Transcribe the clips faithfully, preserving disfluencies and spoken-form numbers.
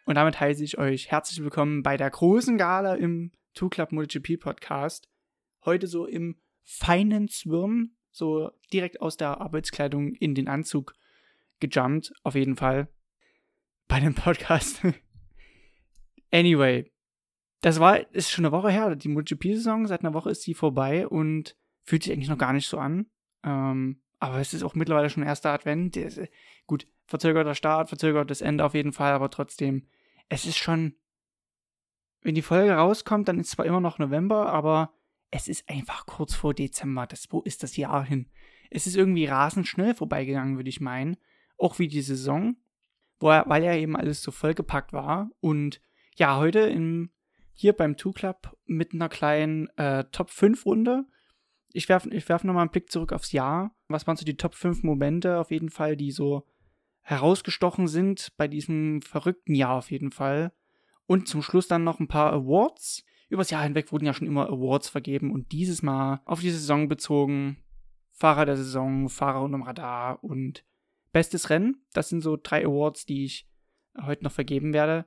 Und damit heiße ich euch herzlich willkommen bei der großen Gala im Two Club MotoGP Podcast. Heute so im feinen Zwirn, so direkt aus der Arbeitskleidung in den Anzug gejumpt, auf jeden Fall, bei dem Podcast. Anyway, das war, ist schon eine Woche her, die MotoGP-Saison, seit einer Woche ist sie vorbei und fühlt sich eigentlich noch gar nicht so an. Ähm, aber es ist auch mittlerweile schon erster Advent. Ist, gut, verzögerter Start, verzögertes Ende auf jeden Fall, aber trotzdem, es ist schon, wenn die Folge rauskommt, dann ist zwar immer noch November, aber es ist einfach kurz vor Dezember. Das, wo ist das Jahr hin? Es ist irgendwie rasend schnell vorbeigegangen, würde ich meinen. Auch wie die Saison, wo er, weil ja eben alles so vollgepackt war. Und ja, heute im, hier beim Two Club mit einer kleinen äh, Top fünf Runde. Ich werfe ich werf nochmal einen Blick zurück aufs Jahr. Was waren so die Top fünf Momente auf jeden Fall, die so herausgestochen sind bei diesem verrückten Jahr auf jeden Fall. Und zum Schluss dann noch ein paar Awards. Übers Jahr hinweg wurden ja schon immer Awards vergeben und dieses Mal auf die Saison bezogen. Fahrer der Saison, Fahrer unterm Radar und bestes Rennen. Das sind so drei Awards, die ich heute noch vergeben werde.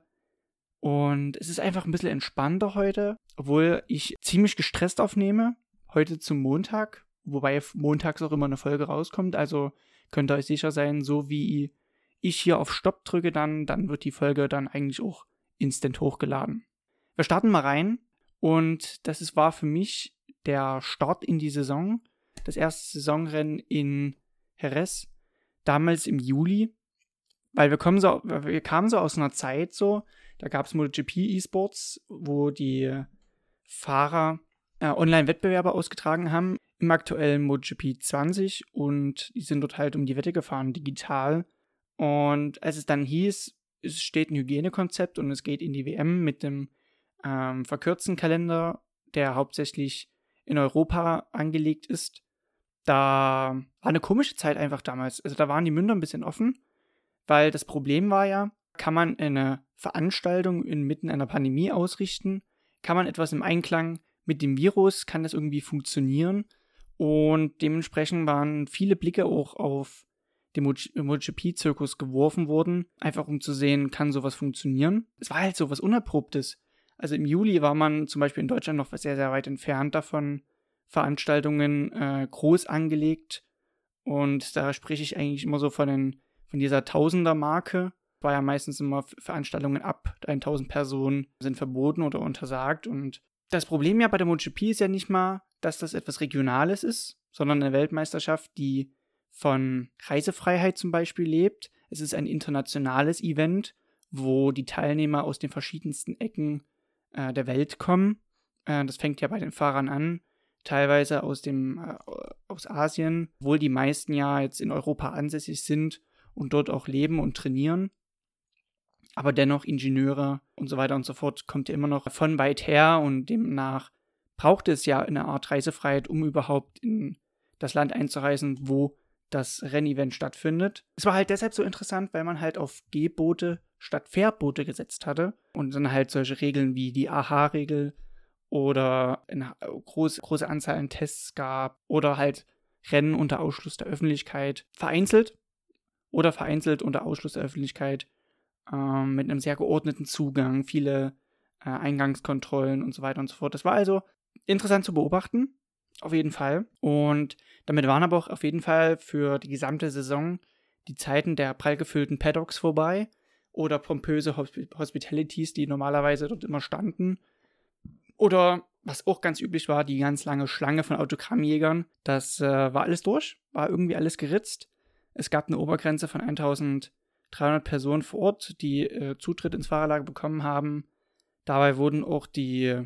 Und es ist einfach ein bisschen entspannter heute, obwohl ich ziemlich gestresst aufnehme. Heute zum Montag, wobei montags auch immer eine Folge rauskommt. Also könnt ihr euch sicher sein, so wie ich hier auf Stopp drücke, dann, dann wird die Folge dann eigentlich auch instant hochgeladen. Wir starten mal rein und das ist, war für mich der Start in die Saison. Das erste Saisonrennen in Jerez, damals im Juli, weil wir, kommen so, wir kamen so aus einer Zeit so, da gab es MotoGP E-Sports, wo die Fahrer äh, Online-Wettbewerbe ausgetragen haben im aktuellen MotoGP zwanzig und die sind dort halt um die Wette gefahren, digital. Und als es dann hieß, es steht ein Hygienekonzept und es geht in die W M mit dem ähm, verkürzten Kalender, der hauptsächlich in Europa angelegt ist, da war eine komische Zeit einfach damals. Also da waren die Münder ein bisschen offen, weil das Problem war ja, kann man eine Veranstaltung inmitten einer Pandemie ausrichten? Kann man etwas im Einklang mit dem Virus? Kann das irgendwie funktionieren? Und dementsprechend waren viele Blicke auch auf den MotoGP-Zirkus geworfen worden, einfach um zu sehen, kann sowas funktionieren? Es war halt sowas Unerprobtes. Also im Juli war man zum Beispiel in Deutschland noch sehr, sehr weit entfernt davon, Veranstaltungen äh, groß angelegt. Und da spreche ich eigentlich immer so von, den, von dieser Tausender-Marke. War ja meistens immer Veranstaltungen ab tausend Personen sind verboten oder untersagt. Und das Problem ja bei der MotoGP ist ja nicht mal, dass das etwas Regionales ist, sondern eine Weltmeisterschaft, die von Reisefreiheit zum Beispiel lebt. Es ist ein internationales Event, wo die Teilnehmer aus den verschiedensten Ecken äh, der Welt kommen. Äh, das fängt ja bei den Fahrern an, teilweise aus, dem, äh, aus Asien, obwohl die meisten ja jetzt in Europa ansässig sind und dort auch leben und trainieren. Aber dennoch Ingenieure und so weiter und so fort kommt ja immer noch von weit her und demnach braucht es ja eine Art Reisefreiheit, um überhaupt in das Land einzureisen, wo das Rennevent stattfindet. Es war halt deshalb so interessant, weil man halt auf Gehboote statt Fährboote gesetzt hatte und dann halt solche Regeln wie die A H-Regel oder eine große, große Anzahl an Tests gab oder halt Rennen unter Ausschluss der Öffentlichkeit vereinzelt oder vereinzelt unter Ausschluss der Öffentlichkeit ähm, mit einem sehr geordneten Zugang, viele äh, Eingangskontrollen und so weiter und so fort. Das war also interessant zu beobachten. Auf jeden Fall. Und damit waren aber auch auf jeden Fall für die gesamte Saison die Zeiten der prall gefüllten Paddocks vorbei oder pompöse Hosp- Hospitalities, die normalerweise dort immer standen. Oder, was auch ganz üblich war, die ganz lange Schlange von Autogrammjägern. Das äh, war alles durch, war irgendwie alles geritzt. Es gab eine Obergrenze von eintausenddreihundert Personen vor Ort, die äh, Zutritt ins Fahrerlager bekommen haben. Dabei wurden auch die äh,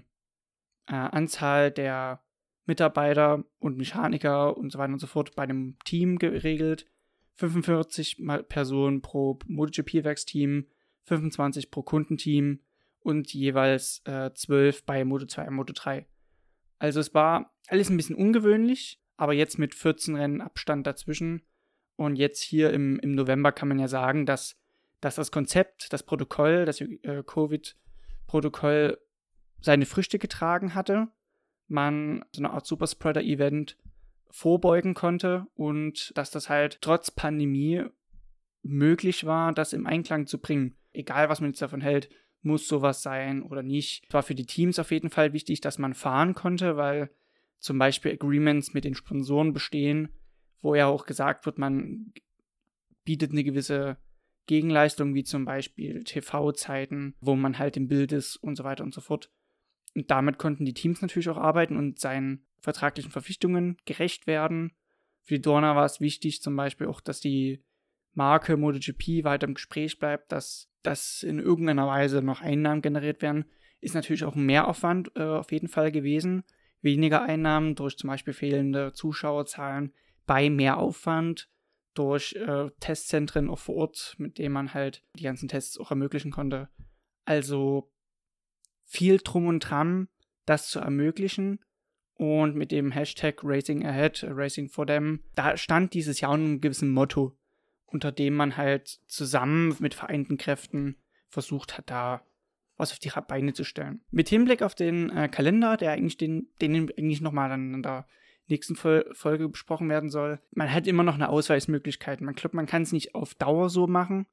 Anzahl der Mitarbeiter und Mechaniker und so weiter und so fort bei einem Team geregelt. fünfundvierzig Personen pro MotoGP-Werksteam, fünfundzwanzig pro Kundenteam und jeweils äh, zwölf bei Moto zwei und Moto drei. Also es war alles ein bisschen ungewöhnlich, aber jetzt mit vierzehn Rennen Abstand dazwischen. Und jetzt hier im, im November kann man ja sagen, dass, dass das Konzept, das Protokoll, das äh, Covid-Protokoll seine Früchte getragen hatte. Man so eine Art Superspreader-Event vorbeugen konnte und dass das halt trotz Pandemie möglich war, das im Einklang zu bringen. egal was man jetzt davon hält, muss sowas sein oder nicht. Es war für die Teams auf jeden Fall wichtig, dass man fahren konnte, weil zum Beispiel Agreements mit den Sponsoren bestehen, wo ja auch gesagt wird, man bietet eine gewisse Gegenleistung, wie zum Beispiel T V-Zeiten, wo man halt im Bild ist und so weiter und so fort. Und damit konnten die Teams natürlich auch arbeiten und seinen vertraglichen Verpflichtungen gerecht werden. Für die Dorna war es wichtig zum Beispiel auch, dass die Marke MotoGP weiter im Gespräch bleibt, dass, dass in irgendeiner Weise noch Einnahmen generiert werden. Ist natürlich auch ein Mehraufwand äh, auf jeden Fall gewesen. Weniger Einnahmen durch zum Beispiel fehlende Zuschauerzahlen bei Mehraufwand, durch äh, Testzentren auch vor Ort, mit denen man halt die ganzen Tests auch ermöglichen konnte. Also viel drum und dran, das zu ermöglichen. Und mit dem Hashtag Racing Ahead, Racing for Them, da stand dieses Jahr unter einem gewissen Motto, unter dem man halt zusammen mit vereinten Kräften versucht hat, da was auf die Beine zu stellen. Mit Hinblick auf den äh, Kalender, der eigentlich den, den eigentlich nochmal dann in der nächsten Vol- Folge besprochen werden soll, man hat immer noch eine Ausweismöglichkeit. Man glaubt, man kann es nicht auf Dauer so machen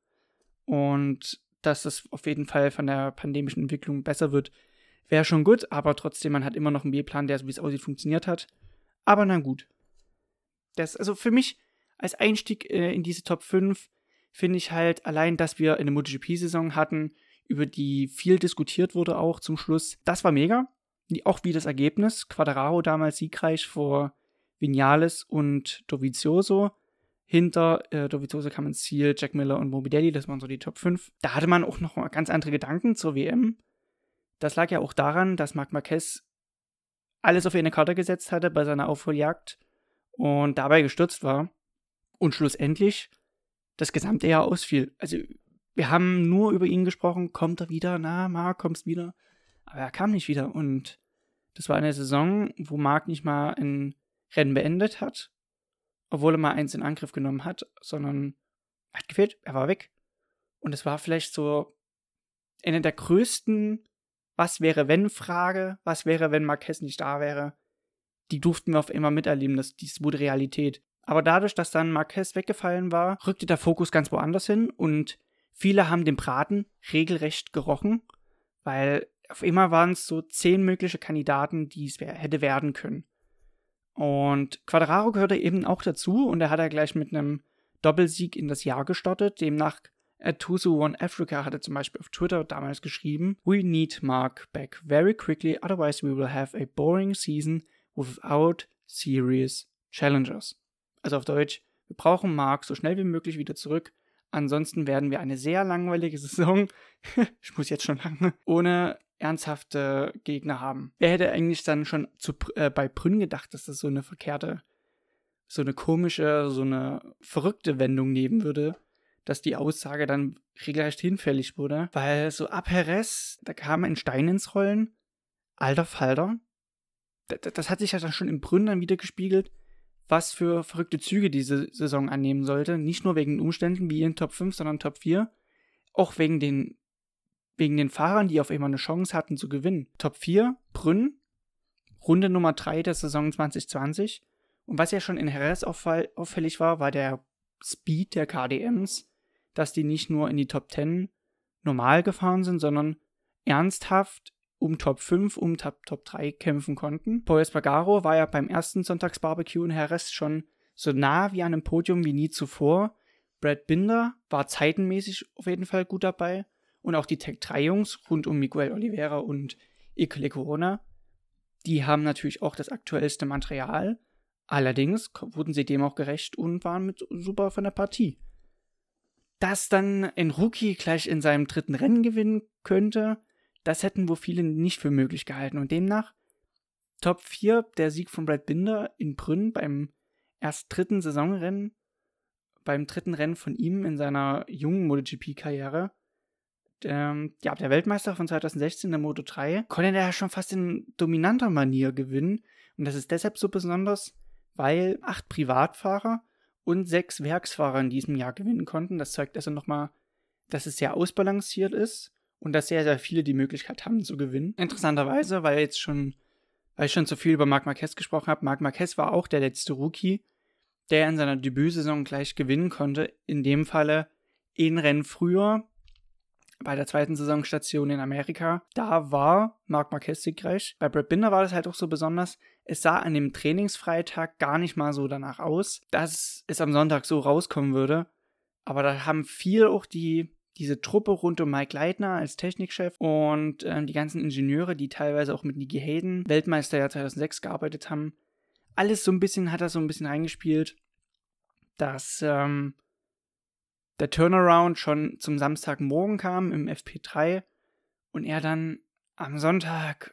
und dass das auf jeden Fall von der pandemischen Entwicklung besser wird, wäre schon gut, aber trotzdem, man hat immer noch einen B-Plan, der, so wie es aussieht, funktioniert hat. Aber na gut. Das, also für mich als Einstieg äh, in diese Top fünf finde ich halt allein, dass wir eine MotoGP-Saison hatten, über die viel diskutiert wurde auch zum Schluss. Das war mega. Auch wie das Ergebnis. Quartararo damals siegreich vor Vinales und Dovizioso. Hinter äh, Dovizioso kam ins Ziel Jack Miller und Morbidelli, das waren so die Top fünf. Da hatte man auch noch mal ganz andere Gedanken zur W M. Das lag ja auch daran, dass Marc Marquez alles auf eine Karte gesetzt hatte bei seiner Aufholjagd und dabei gestürzt war. Und schlussendlich das gesamte Jahr ausfiel. Also wir haben nur über ihn gesprochen, kommt er wieder? Na, Marc, kommst wieder? Aber er kam nicht wieder und das war eine Saison, wo Marc nicht mal ein Rennen beendet hat, obwohl er mal eins in Angriff genommen hat, sondern er hat gefehlt, er war weg. Und es war vielleicht so eine der größten Was-wäre-wenn-Frage, was wäre, wenn Marquez nicht da wäre, die durften wir auf einmal miterleben, das, das wurde Realität. Aber dadurch, dass dann Marquez weggefallen war, rückte der Fokus ganz woanders hin und viele haben den Braten regelrecht gerochen, weil auf einmal waren es so zehn mögliche Kandidaten, die es wär, hätte werden können. Und Quartararo gehörte eben auch dazu und er hat ja gleich mit einem Doppelsieg in das Jahr gestartet. Demnach Atusu One Africa hatte zum Beispiel auf Twitter damals geschrieben: We need Marc back very quickly, otherwise we will have a boring season without serious challengers. Also auf Deutsch, wir brauchen Marc so schnell wie möglich wieder zurück, ansonsten werden wir eine sehr langweilige Saison, ich muss jetzt schon lange, ohne ernsthafte Gegner haben. Wer hätte eigentlich dann schon zu, äh, bei Brünn gedacht, dass das so eine verkehrte, so eine komische, so eine verrückte Wendung nehmen würde, dass die Aussage dann regelrecht hinfällig wurde, weil so ab Jerez, da kam ein Stein ins Rollen, alter Falter, das, das hat sich ja dann schon im Brünn dann wieder gespiegelt, was für verrückte Züge diese Saison annehmen sollte, nicht nur wegen den Umständen wie in Top fünf, sondern Top vier, auch wegen den wegen den Fahrern, die auf einmal eine Chance hatten zu gewinnen. Top vier, Brünn, Runde Nummer drei der Saison zwanzig zwanzig. Und was ja schon in Jerez auffall, auffällig war, war der Speed der K D Ms, dass die nicht nur in die Top zehn normal gefahren sind, sondern ernsthaft um Top fünf, um Top, Top drei kämpfen konnten. Pol Espargaro war ja beim ersten Sonntagsbarbecue in Jerez schon so nah wie an einem Podium wie nie zuvor. Brad Binder war zeitenmäßig auf jeden Fall gut dabei. Und auch die Tech drei Jungs rund um Miguel Oliveira und Iker Lecuona, die haben natürlich auch das aktuellste Material. Allerdings wurden sie dem auch gerecht und waren mit super von der Partie. Dass dann ein Rookie gleich in seinem dritten Rennen gewinnen könnte, das hätten wohl viele nicht für möglich gehalten. Und demnach Top vier, der Sieg von Brad Binder in Brünn beim erst dritten Saisonrennen, beim dritten Rennen von ihm in seiner jungen MotoGP-Karriere. Ähm, ja, der Weltmeister von zwanzig sechzehn, der Moto drei, konnte er ja schon fast in dominanter Manier gewinnen. Und das ist deshalb so besonders, weil acht Privatfahrer und sechs Werksfahrer in diesem Jahr gewinnen konnten. Das zeigt also nochmal, dass es sehr ausbalanciert ist und dass sehr, sehr viele die Möglichkeit haben zu gewinnen. Interessanterweise, weil jetzt schon, weil ich schon zu viel über Marc Marquez gesprochen habe, Marc Marquez war auch der letzte Rookie, der in seiner Debütsaison gleich gewinnen konnte. In dem Falle ein Rennen früher, bei der zweiten Saisonstation in Amerika. Da war Marc Marquez siegreich. Bei Brad Binder war das halt auch so besonders. Es sah an dem Trainingsfreitag gar nicht mal so danach aus, dass es am Sonntag so rauskommen würde. Aber da haben viel auch die, diese Truppe rund um Mike Leitner als Technikchef und äh, die ganzen Ingenieure, die teilweise auch mit Nicky Hayden, Weltmeisterjahr zweitausendsechs, gearbeitet haben. Alles so ein bisschen, hat er so ein bisschen reingespielt, dass ähm, der Turnaround schon zum Samstagmorgen kam im F P drei und er dann am Sonntag,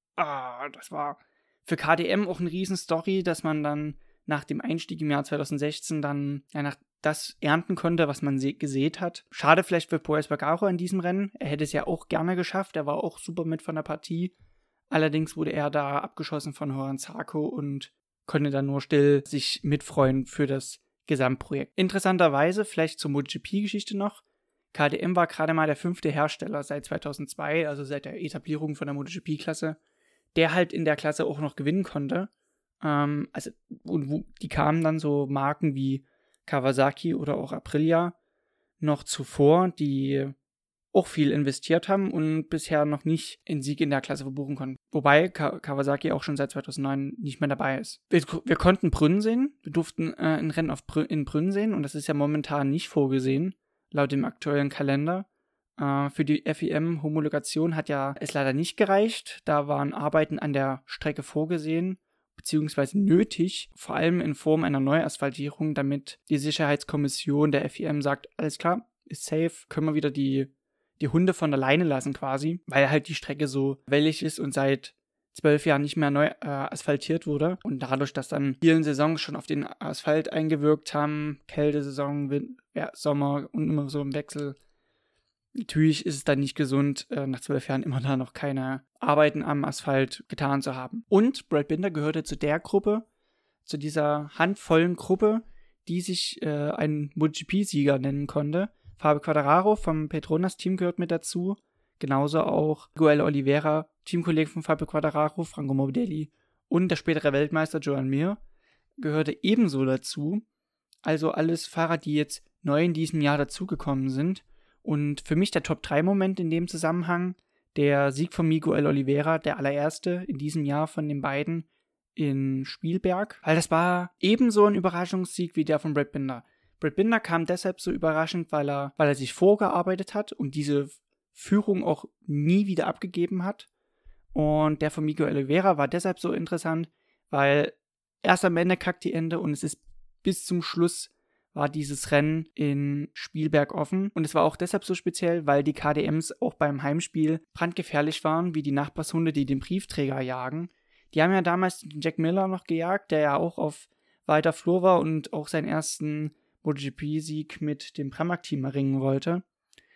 ah, das war für K D M auch eine Riesenstory, dass man dann nach dem Einstieg im Jahr zweitausendsechzehn dann ja, nach das ernten konnte, was man se- gesät hat. Schade vielleicht für Pol Espargaro in diesem Rennen. Er hätte es ja auch gerne geschafft. Er war auch super mit von der Partie. Allerdings wurde er da abgeschossen von Horan Zarco und konnte dann nur still sich mitfreuen für das Gesamtprojekt. Interessanterweise, vielleicht zur MotoGP-Geschichte noch, K D M war gerade mal der fünfte Hersteller seit zweitausendzwei, also seit der Etablierung von der MotoGP-Klasse, der halt in der Klasse auch noch gewinnen konnte. Ähm, also, und wo, die kamen dann so Marken wie Kawasaki oder auch Aprilia noch zuvor, die auch viel investiert haben und bisher noch nicht einen Sieg in der Klasse verbuchen konnten. Wobei Ka- Kawasaki auch schon seit zweitausendneun nicht mehr dabei ist. Wir, wir konnten Brünn sehen, wir durften äh, ein Rennen auf Brünn, in Brünn sehen und das ist ja momentan nicht vorgesehen, laut dem aktuellen Kalender. Äh, für die F I M-Homologation hat ja es leider nicht gereicht. Da waren Arbeiten an der Strecke vorgesehen, beziehungsweise nötig, vor allem in Form einer Neuasphaltierung, damit die Sicherheitskommission der F I M sagt, alles klar, ist safe, können wir wieder die, die Hunde von der Leine lassen quasi, weil halt die Strecke so wellig ist und seit zwölf Jahren nicht mehr neu äh, asphaltiert wurde. Und dadurch, dass dann vielen Saisons schon auf den Asphalt eingewirkt haben, Kältesaison, Wind, ja, Sommer und immer so im Wechsel, natürlich ist es dann nicht gesund, äh, nach zwölf Jahren immer da noch keine Arbeiten am Asphalt getan zu haben. Und Brad Binder gehörte zu der Gruppe, zu dieser handvollen Gruppe, die sich äh, einen MotoGP-Sieger nennen konnte. Fabio Quartararo vom Petronas-Team gehört mit dazu. Genauso auch Miguel Oliveira, Teamkollege von Fabio Quartararo, Franco Morbidelli und der spätere Weltmeister Joan Mir gehörte ebenso dazu. Also alles Fahrer, die jetzt neu in diesem Jahr dazugekommen sind. Und für mich der Top drei Moment in dem Zusammenhang, der Sieg von Miguel Oliveira, der allererste in diesem Jahr von den beiden in Spielberg. Weil das war ebenso ein Überraschungssieg wie der von Brad Binder. Brad Binder kam deshalb so überraschend, weil er, weil er sich vorgearbeitet hat und diese Führung auch nie wieder abgegeben hat. Und der von Miguel Oliveira war deshalb so interessant, weil erst am Ende kackt die Ende und es ist bis zum Schluss war dieses Rennen in Spielberg offen. Und es war auch deshalb so speziell, weil die K D Ms auch beim Heimspiel brandgefährlich waren, wie die Nachbarshunde, die den Briefträger jagen. Die haben ja damals den Jack Miller noch gejagt, der ja auch auf weiter Flur war und auch seinen ersten MotoGP-Sieg mit dem Pramac-Team erringen wollte.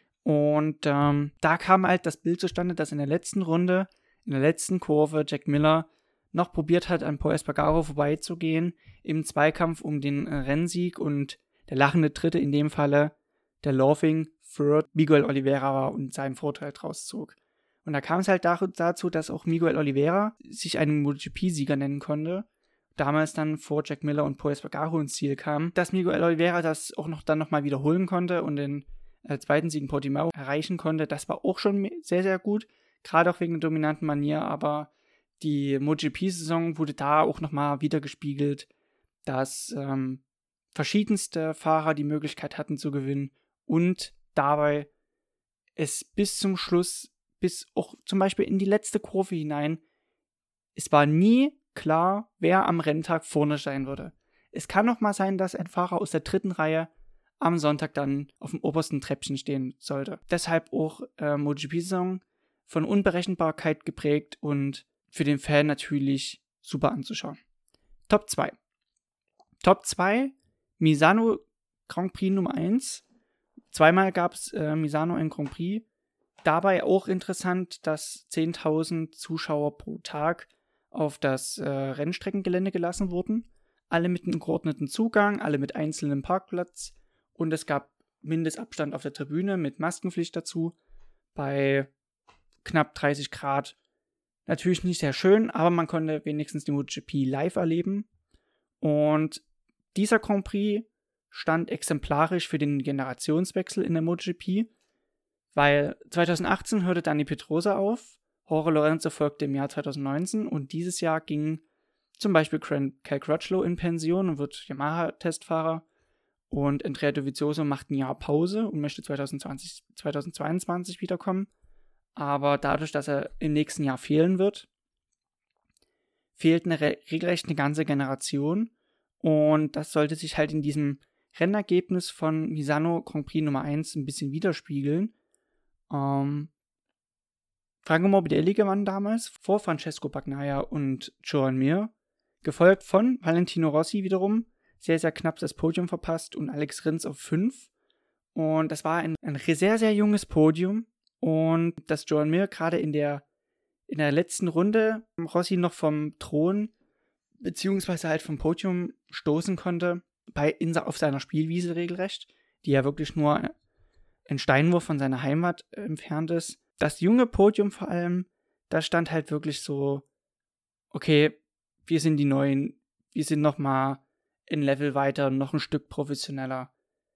Und ähm, da kam halt das Bild zustande, dass in der letzten Runde, in der letzten Kurve, Jack Miller noch probiert hat, an Pol Espargaro vorbeizugehen im Zweikampf um den äh, Rennsieg und der lachende Dritte, in dem Falle der Laughing Third, Miguel Oliveira war und seinen Vorteil draus zog. Und da kam es halt dazu, dass auch Miguel Oliveira sich einen MotoGP-Sieger nennen konnte, damals dann vor Jack Miller und Pol Espargaro ins Ziel kam, dass Miguel Oliveira das auch noch dann nochmal wiederholen konnte und den äh, zweiten Sieg in Portimao erreichen konnte. Das war auch schon sehr, sehr gut, gerade auch wegen der dominanten Manier, aber die MotoGP-Saison wurde da auch nochmal wiedergespiegelt, dass ähm, verschiedenste Fahrer die Möglichkeit hatten zu gewinnen und dabei es bis zum Schluss, bis auch zum Beispiel in die letzte Kurve hinein, es war nie klar, wer am Renntag vorne sein würde. Es kann noch mal sein, dass ein Fahrer aus der dritten Reihe am Sonntag dann auf dem obersten Treppchen stehen sollte. Deshalb auch äh, MotoGP-Saison von Unberechenbarkeit geprägt und für den Fan natürlich super anzuschauen. Top zwei. Top zwei, Misano Grand Prix Nummer eins. Zweimal gab es äh, Misano in Grand Prix. Dabei auch interessant, dass zehntausend Zuschauer pro Tag auf das äh, Rennstreckengelände gelassen wurden. Alle mit einem geordneten Zugang, alle mit einzelnem Parkplatz. Und es gab Mindestabstand auf der Tribüne mit Maskenpflicht dazu. Bei knapp dreißig Grad. Natürlich nicht sehr schön, aber man konnte wenigstens die MotoGP live erleben. Und dieser Grand Prix stand exemplarisch für den Generationswechsel in der MotoGP. Weil zweitausendachtzehn hörte Dani Pedrosa auf, Jorge Lorenzo folgte im Jahr zweitausendneunzehn und dieses Jahr ging zum Beispiel Cal Crutchlow in Pension und wird Yamaha-Testfahrer und Andrea Dovizioso macht ein Jahr Pause und möchte zwanzig zwanzig, zweitausendzweiundzwanzig wiederkommen. Aber dadurch, dass er im nächsten Jahr fehlen wird, fehlt eine re- regelrecht eine ganze Generation und das sollte sich halt in diesem Rennergebnis von Misano Grand Prix Nummer eins ein bisschen widerspiegeln. Ähm, Franco Morbidelli gewann damals vor Francesco Bagnaia und Joan Mir, gefolgt von Valentino Rossi wiederum, sehr, sehr knapp das Podium verpasst und Alex Rins auf fünf. Und das war ein, ein sehr, sehr junges Podium und dass Joan Mir gerade in der, in der letzten Runde Rossi noch vom Thron beziehungsweise halt vom Podium stoßen konnte, bei, in, auf seiner Spielwiese regelrecht, die ja wirklich nur ein Steinwurf von seiner Heimat äh, entfernt ist. Das junge Podium vor allem, da stand halt wirklich so, okay, wir sind die Neuen, wir sind nochmal ein Level weiter, noch ein Stück professioneller.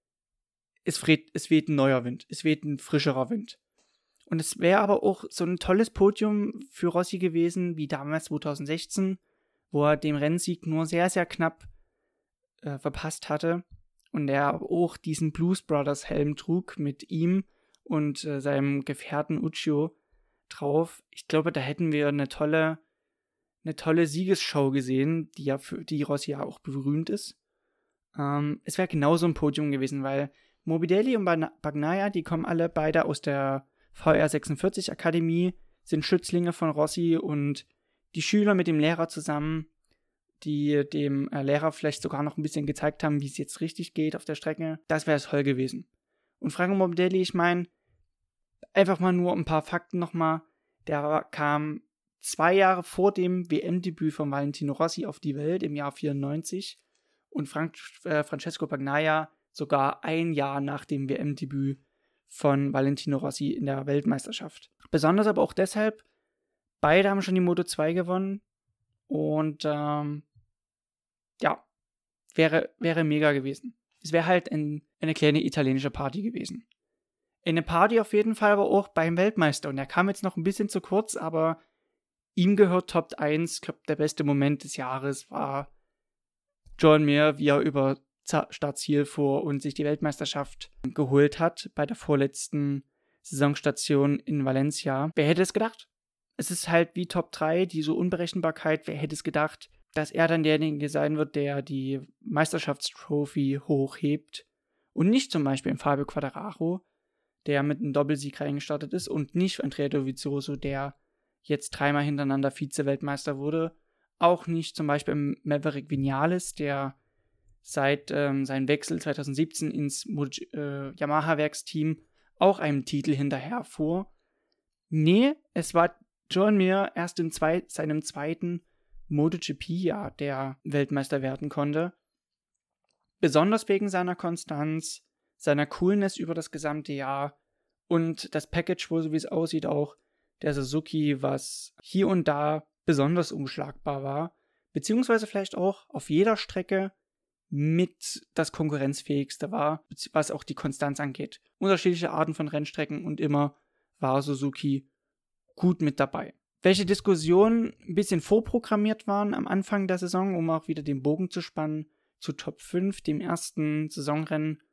Es weht, es weht ein neuer Wind, es weht ein frischerer Wind. Und es wäre aber auch so ein tolles Podium für Rossi gewesen, wie damals zweitausendsechzehn, wo er dem Rennsieg nur sehr, sehr knapp äh, verpasst hatte. Und er auch diesen Blues Brothers Helm trug mit ihm und äh, seinem Gefährten Uccio drauf. Ich glaube, da hätten wir eine tolle, eine tolle Siegesshow gesehen, die ja für die Rossi ja auch berühmt ist. Ähm, es wäre genauso ein Podium gewesen, weil Morbidelli und Bagnaia, die kommen alle beide aus der V R sechsundvierzig Akademie, sind Schützlinge von Rossi und die Schüler mit dem Lehrer zusammen, die dem äh, Lehrer vielleicht sogar noch ein bisschen gezeigt haben, wie es jetzt richtig geht auf der Strecke. Das wäre toll gewesen. Und Franco Morbidelli, ich meine, einfach mal nur ein paar Fakten nochmal. Der kam zwei Jahre vor dem W M-Debüt von Valentino Rossi auf die Welt im Jahr vierundneunzig und Frank, äh, Francesco Bagnaia sogar ein Jahr nach dem W M-Debüt von Valentino Rossi in der Weltmeisterschaft. Besonders aber auch deshalb, beide haben schon die Moto zwei gewonnen und ähm, ja, wäre, wäre mega gewesen. Es wäre halt ein, eine kleine italienische Party gewesen. Eine Party auf jeden Fall aber auch beim Weltmeister. Und er kam jetzt noch ein bisschen zu kurz, aber ihm gehört Top eins. Ich glaube, der beste Moment des Jahres war Joan Mir, wie er über Startziel fuhr und sich die Weltmeisterschaft geholt hat bei der vorletzten Saisonstation in Valencia. Wer hätte es gedacht? Es ist halt wie Top drei, diese Unberechenbarkeit. Wer hätte es gedacht, dass er dann derjenige sein wird, der die Meisterschaftstrophy hochhebt und nicht zum Beispiel im Fabio Quartararo, der mit einem Doppelsieg reingestartet ist und nicht Andrea Dovizioso, der jetzt dreimal hintereinander Vize-Weltmeister wurde, auch nicht zum Beispiel Maverick Vinales, der seit ähm, seinem Wechsel zweitausendsiebzehn ins äh, Yamaha-Werksteam auch einem Titel hinterherfuhr. Nee, es war Joan Mir erst in zwei, seinem zweiten MotoGP-Jahr, der Weltmeister werden konnte. Besonders wegen seiner Konstanz, seiner Coolness über das gesamte Jahr und das Package, wo so wie es aussieht, auch der Suzuki, was hier und da besonders unschlagbar war, beziehungsweise vielleicht auch auf jeder Strecke mit das konkurrenzfähigste war, was auch die Konstanz angeht. Unterschiedliche Arten von Rennstrecken und immer war Suzuki gut mit dabei. Welche Diskussionen ein bisschen vorprogrammiert waren am Anfang der Saison, um auch wieder den Bogen zu spannen zu Top fünf, dem ersten Saisonrennen.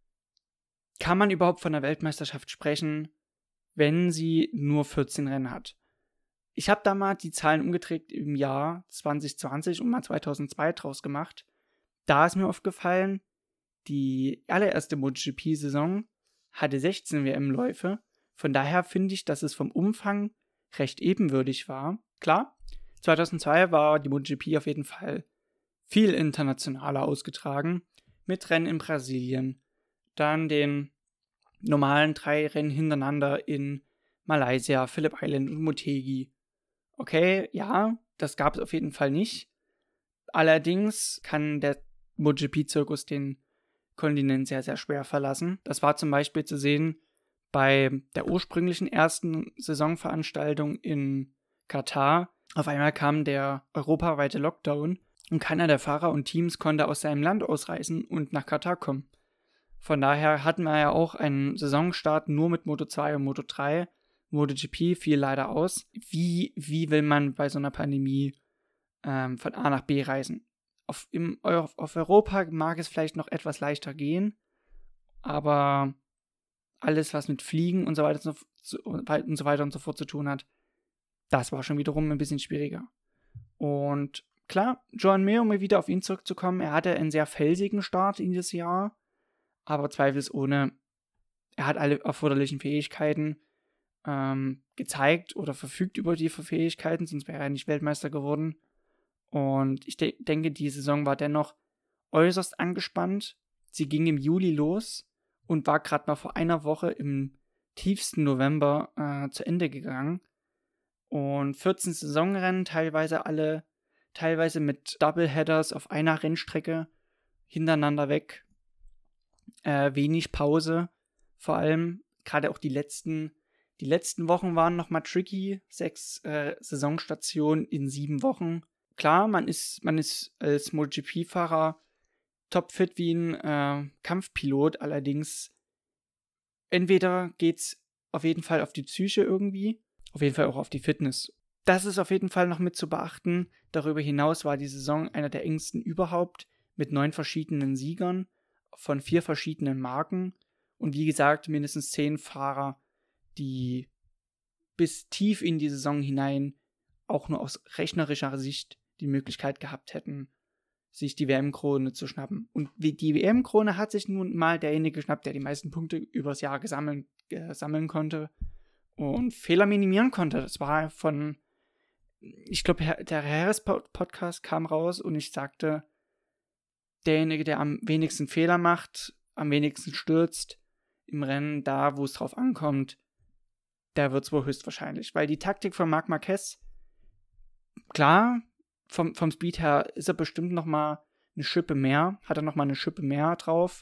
Kann man überhaupt von der Weltmeisterschaft sprechen, wenn sie nur vierzehn Rennen hat? Ich habe da mal die Zahlen umgedreht im Jahr zwanzig zwanzig und mal zweitausendzwei draus gemacht. Da ist mir aufgefallen, die allererste MotoGP-Saison hatte sechzehn W M-Läufe. Von daher finde ich, dass es vom Umfang recht ebenwürdig war. Klar, zweitausendzwei war die MotoGP auf jeden Fall viel internationaler ausgetragen, mit Rennen in Brasilien, dann den normalen drei Rennen hintereinander in Malaysia, Phillip Island und Motegi. Okay, ja, das gab es auf jeden Fall nicht. Allerdings kann der MotoGP-Zirkus den Kontinent sehr, sehr schwer verlassen. Das war zum Beispiel zu sehen bei der ursprünglichen ersten Saisonveranstaltung in Katar. Auf einmal kam der europaweite Lockdown und keiner der Fahrer und Teams konnte aus seinem Land ausreisen und nach Katar kommen. Von daher hatten wir ja auch einen Saisonstart nur mit Moto zwei und Moto drei. MotoGP fiel leider aus. Wie, wie will man bei so einer Pandemie ähm, von A nach B reisen? Auf, im, auf, auf Europa mag es vielleicht noch etwas leichter gehen, aber alles, was mit Fliegen und so weiter und so, und so weiter und so fort zu tun hat, das war schon wiederum ein bisschen schwieriger. Und klar, Joan Mir, um mal wieder auf ihn zurückzukommen, er hatte einen sehr felsigen Start in dieses Jahr, aber zweifelsohne, er hat alle erforderlichen Fähigkeiten ähm, gezeigt oder verfügt über die Fähigkeiten, sonst wäre er nicht Weltmeister geworden. Und ich de- denke, die Saison war dennoch äußerst angespannt. Sie ging im Juli los und war gerade mal vor einer Woche im tiefsten November äh, zu Ende gegangen. Und vierzehn Saisonrennen, teilweise alle, teilweise mit Doubleheaders auf einer Rennstrecke hintereinander weg. Äh, wenig Pause, vor allem gerade auch die letzten, die letzten Wochen waren nochmal tricky. Sechs äh, Saisonstationen in sieben Wochen. Klar, man ist, man ist als MotoGP-Fahrer topfit wie ein äh, Kampfpilot, allerdings entweder geht's auf jeden Fall auf die Psyche irgendwie, auf jeden Fall auch auf die Fitness. Das ist auf jeden Fall noch mit zu beachten. Darüber hinaus war die Saison einer der engsten überhaupt, mit neun verschiedenen Siegern von vier verschiedenen Marken und wie gesagt mindestens zehn Fahrer, die bis tief in die Saison hinein auch nur aus rechnerischer Sicht die Möglichkeit gehabt hätten, sich die W M-Krone zu schnappen. Und die W M-Krone hat sich nun mal derjenige geschnappt, der die meisten Punkte übers Jahr gesammeln, äh, sammeln konnte und Fehler minimieren konnte. Das war von, ich glaube, der Harris-Podcast kam raus und ich sagte, derjenige, der am wenigsten Fehler macht, am wenigsten stürzt im Rennen, da wo es drauf ankommt, der wird es wohl höchstwahrscheinlich. Weil die Taktik von Marc Marquez, klar, vom, vom Speed her ist er bestimmt nochmal eine Schippe mehr, hat er nochmal eine Schippe mehr drauf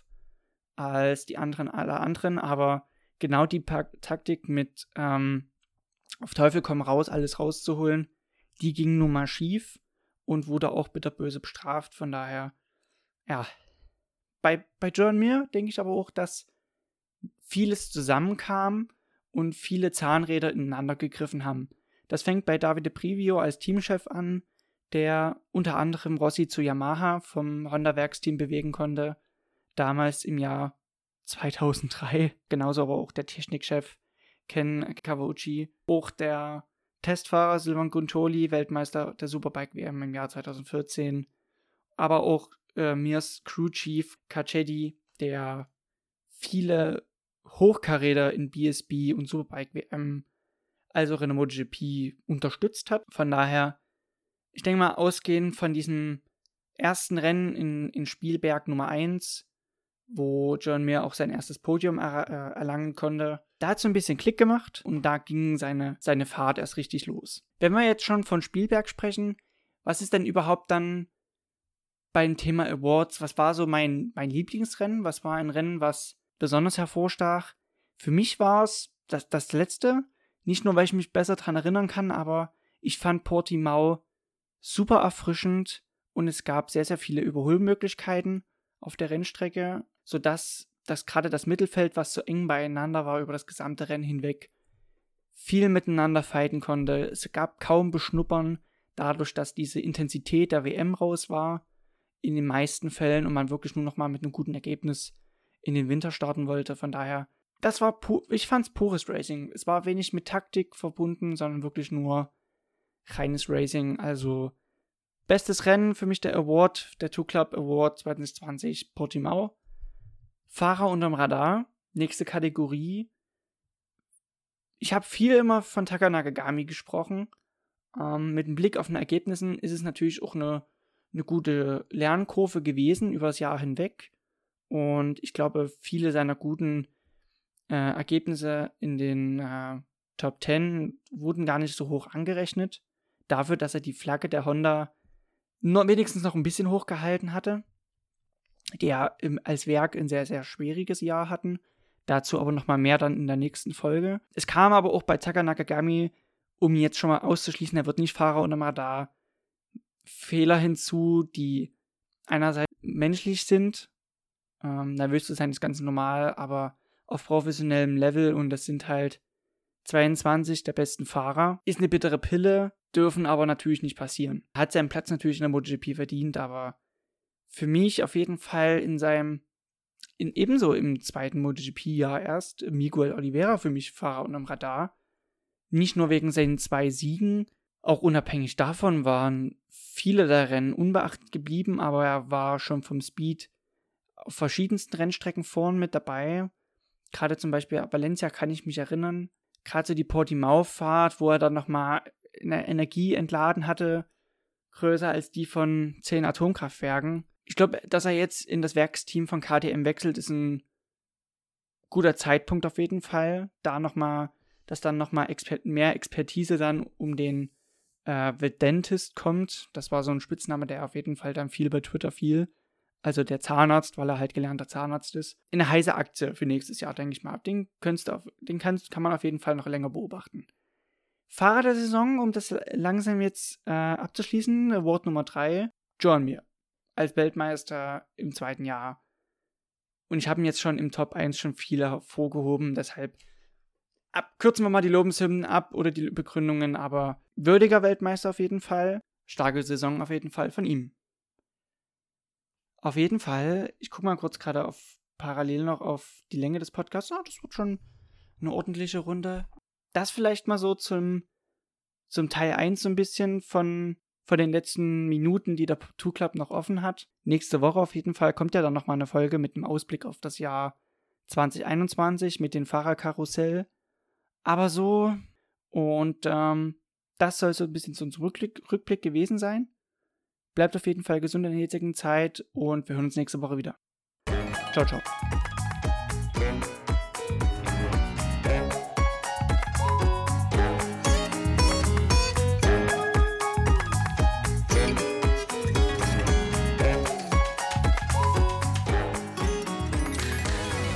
als die anderen, alle anderen, aber genau die pa- Taktik mit ähm, auf Teufel komm raus, alles rauszuholen, die ging nun mal schief und wurde auch bitterböse bestraft, von daher, ja, bei, bei Joan Mir denke ich aber auch, dass vieles zusammenkam und viele Zahnräder ineinander gegriffen haben. Das fängt bei Davide Privio als Teamchef an, der unter anderem Rossi zu Yamaha vom Honda-Werksteam bewegen konnte, damals im Jahr zweitausenddrei, genauso aber auch der Technikchef Ken Kawauchi, auch der Testfahrer Silvan Guntoli, Weltmeister der Superbike-W M im Jahr zweitausendvierzehn, aber auch äh, Mirs Crew-Chief Cacedi, der viele Hochkaräter in B S B und Superbike-W M, also Renault MotoGP, unterstützt hat. Von daher, ich denke mal, ausgehend von diesem ersten Rennen in, in Spielberg Nummer eins, wo Joan Mir auch sein erstes Podium er, äh, erlangen konnte, da hat es so ein bisschen Klick gemacht und da ging seine, seine Fahrt erst richtig los. Wenn wir jetzt schon von Spielberg sprechen, was ist denn überhaupt dann beim Thema Awards, was war so mein, mein Lieblingsrennen? Was war ein Rennen, was besonders hervorstach? Für mich war es das, das letzte, nicht nur, weil ich mich besser daran erinnern kann, aber ich fand Portimao super erfrischend und es gab sehr, sehr viele Überholmöglichkeiten auf der Rennstrecke, sodass dass gerade das Mittelfeld, was so eng beieinander war über das gesamte Rennen hinweg, viel miteinander fighten konnte. Es gab kaum Beschnuppern, dadurch, dass diese Intensität der W M raus war, in den meisten Fällen und man wirklich nur noch mal mit einem guten Ergebnis in den Winter starten wollte. Von daher, das war, pu- ich fand's pures Racing. Es war wenig mit Taktik verbunden, sondern wirklich nur reines Racing. Also bestes Rennen für mich der Award, der Two Club Award zwanzig zwanzig Portimao. Fahrer unterm Radar, nächste Kategorie. Ich habe viel immer von Taka Nakagami gesprochen. Ähm, mit dem Blick auf den Ergebnissen ist es natürlich auch eine, eine gute Lernkurve gewesen über das Jahr hinweg. Und ich glaube, viele seiner guten äh, Ergebnisse in den äh, Top zehn wurden gar nicht so hoch angerechnet. Dafür, dass er die Flagge der Honda nur wenigstens noch ein bisschen hochgehalten hatte, die ja im, als Werk ein sehr, sehr schwieriges Jahr hatten. Dazu aber nochmal mehr dann in der nächsten Folge. Es kam aber auch bei Taka Nakagami, um jetzt schon mal auszuschließen, er wird nicht Fahrer unterm Radar, Fehler hinzu, die einerseits menschlich sind, Ähm, nervös zu sein ist ganz normal, aber auf professionellem Level, und das sind halt zweiundzwanzig der besten Fahrer. Ist eine bittere Pille, dürfen aber natürlich nicht passieren. Hat seinen Platz natürlich in der MotoGP verdient, aber für mich auf jeden Fall in seinem, in ebenso im zweiten MotoGP-Jahr erst, Miguel Oliveira für mich Fahrer unterm Radar. Nicht nur wegen seinen zwei Siegen, auch unabhängig davon waren viele der Rennen unbeachtet geblieben, aber er war schon vom Speed auf verschiedensten Rennstrecken vorn mit dabei. Gerade zum Beispiel Valencia kann ich mich erinnern. Gerade so die Portimao-Fahrt, wo er dann nochmal eine Energie entladen hatte, größer als die von zehn Atomkraftwerken. Ich glaube, dass er jetzt in das Werksteam von K T M wechselt, ist ein guter Zeitpunkt auf jeden Fall. Da nochmal, dass dann nochmal Exper- mehr Expertise dann um den äh, The Dentist kommt. Das war so ein Spitzname, der auf jeden Fall dann viel bei Twitter fiel. Also der Zahnarzt, weil er halt gelernter Zahnarzt ist. In eine heiße Aktie für nächstes Jahr, denke ich mal. Den, kannst du auf, den kannst, kann man auf jeden Fall noch länger beobachten. Fahrer der Saison, um das langsam jetzt äh, abzuschließen, Award Nummer drei, Joan Mir. Als Weltmeister im zweiten Jahr. Und ich habe ihn jetzt schon im Top eins schon viele hervorgehoben, deshalb ab, kürzen wir mal die Lobeshymnen ab oder die Begründungen, aber würdiger Weltmeister auf jeden Fall. Starke Saison auf jeden Fall von ihm. Auf jeden Fall, ich gucke mal kurz gerade auf parallel noch auf die Länge des Podcasts. Oh, das wird schon eine ordentliche Runde. Das vielleicht mal so zum, zum Teil eins so ein bisschen von, von den letzten Minuten, die der Two Club noch offen hat. Nächste Woche auf jeden Fall kommt ja dann nochmal eine Folge mit einem Ausblick auf das Jahr zwanzig einundzwanzig mit dem Fahrerkarussell. Aber so, und ähm, das soll so ein bisschen so ein Rückblick, Rückblick gewesen sein. Bleibt auf jeden Fall gesund in der jetzigen Zeit und wir hören uns nächste Woche wieder. Ciao, ciao.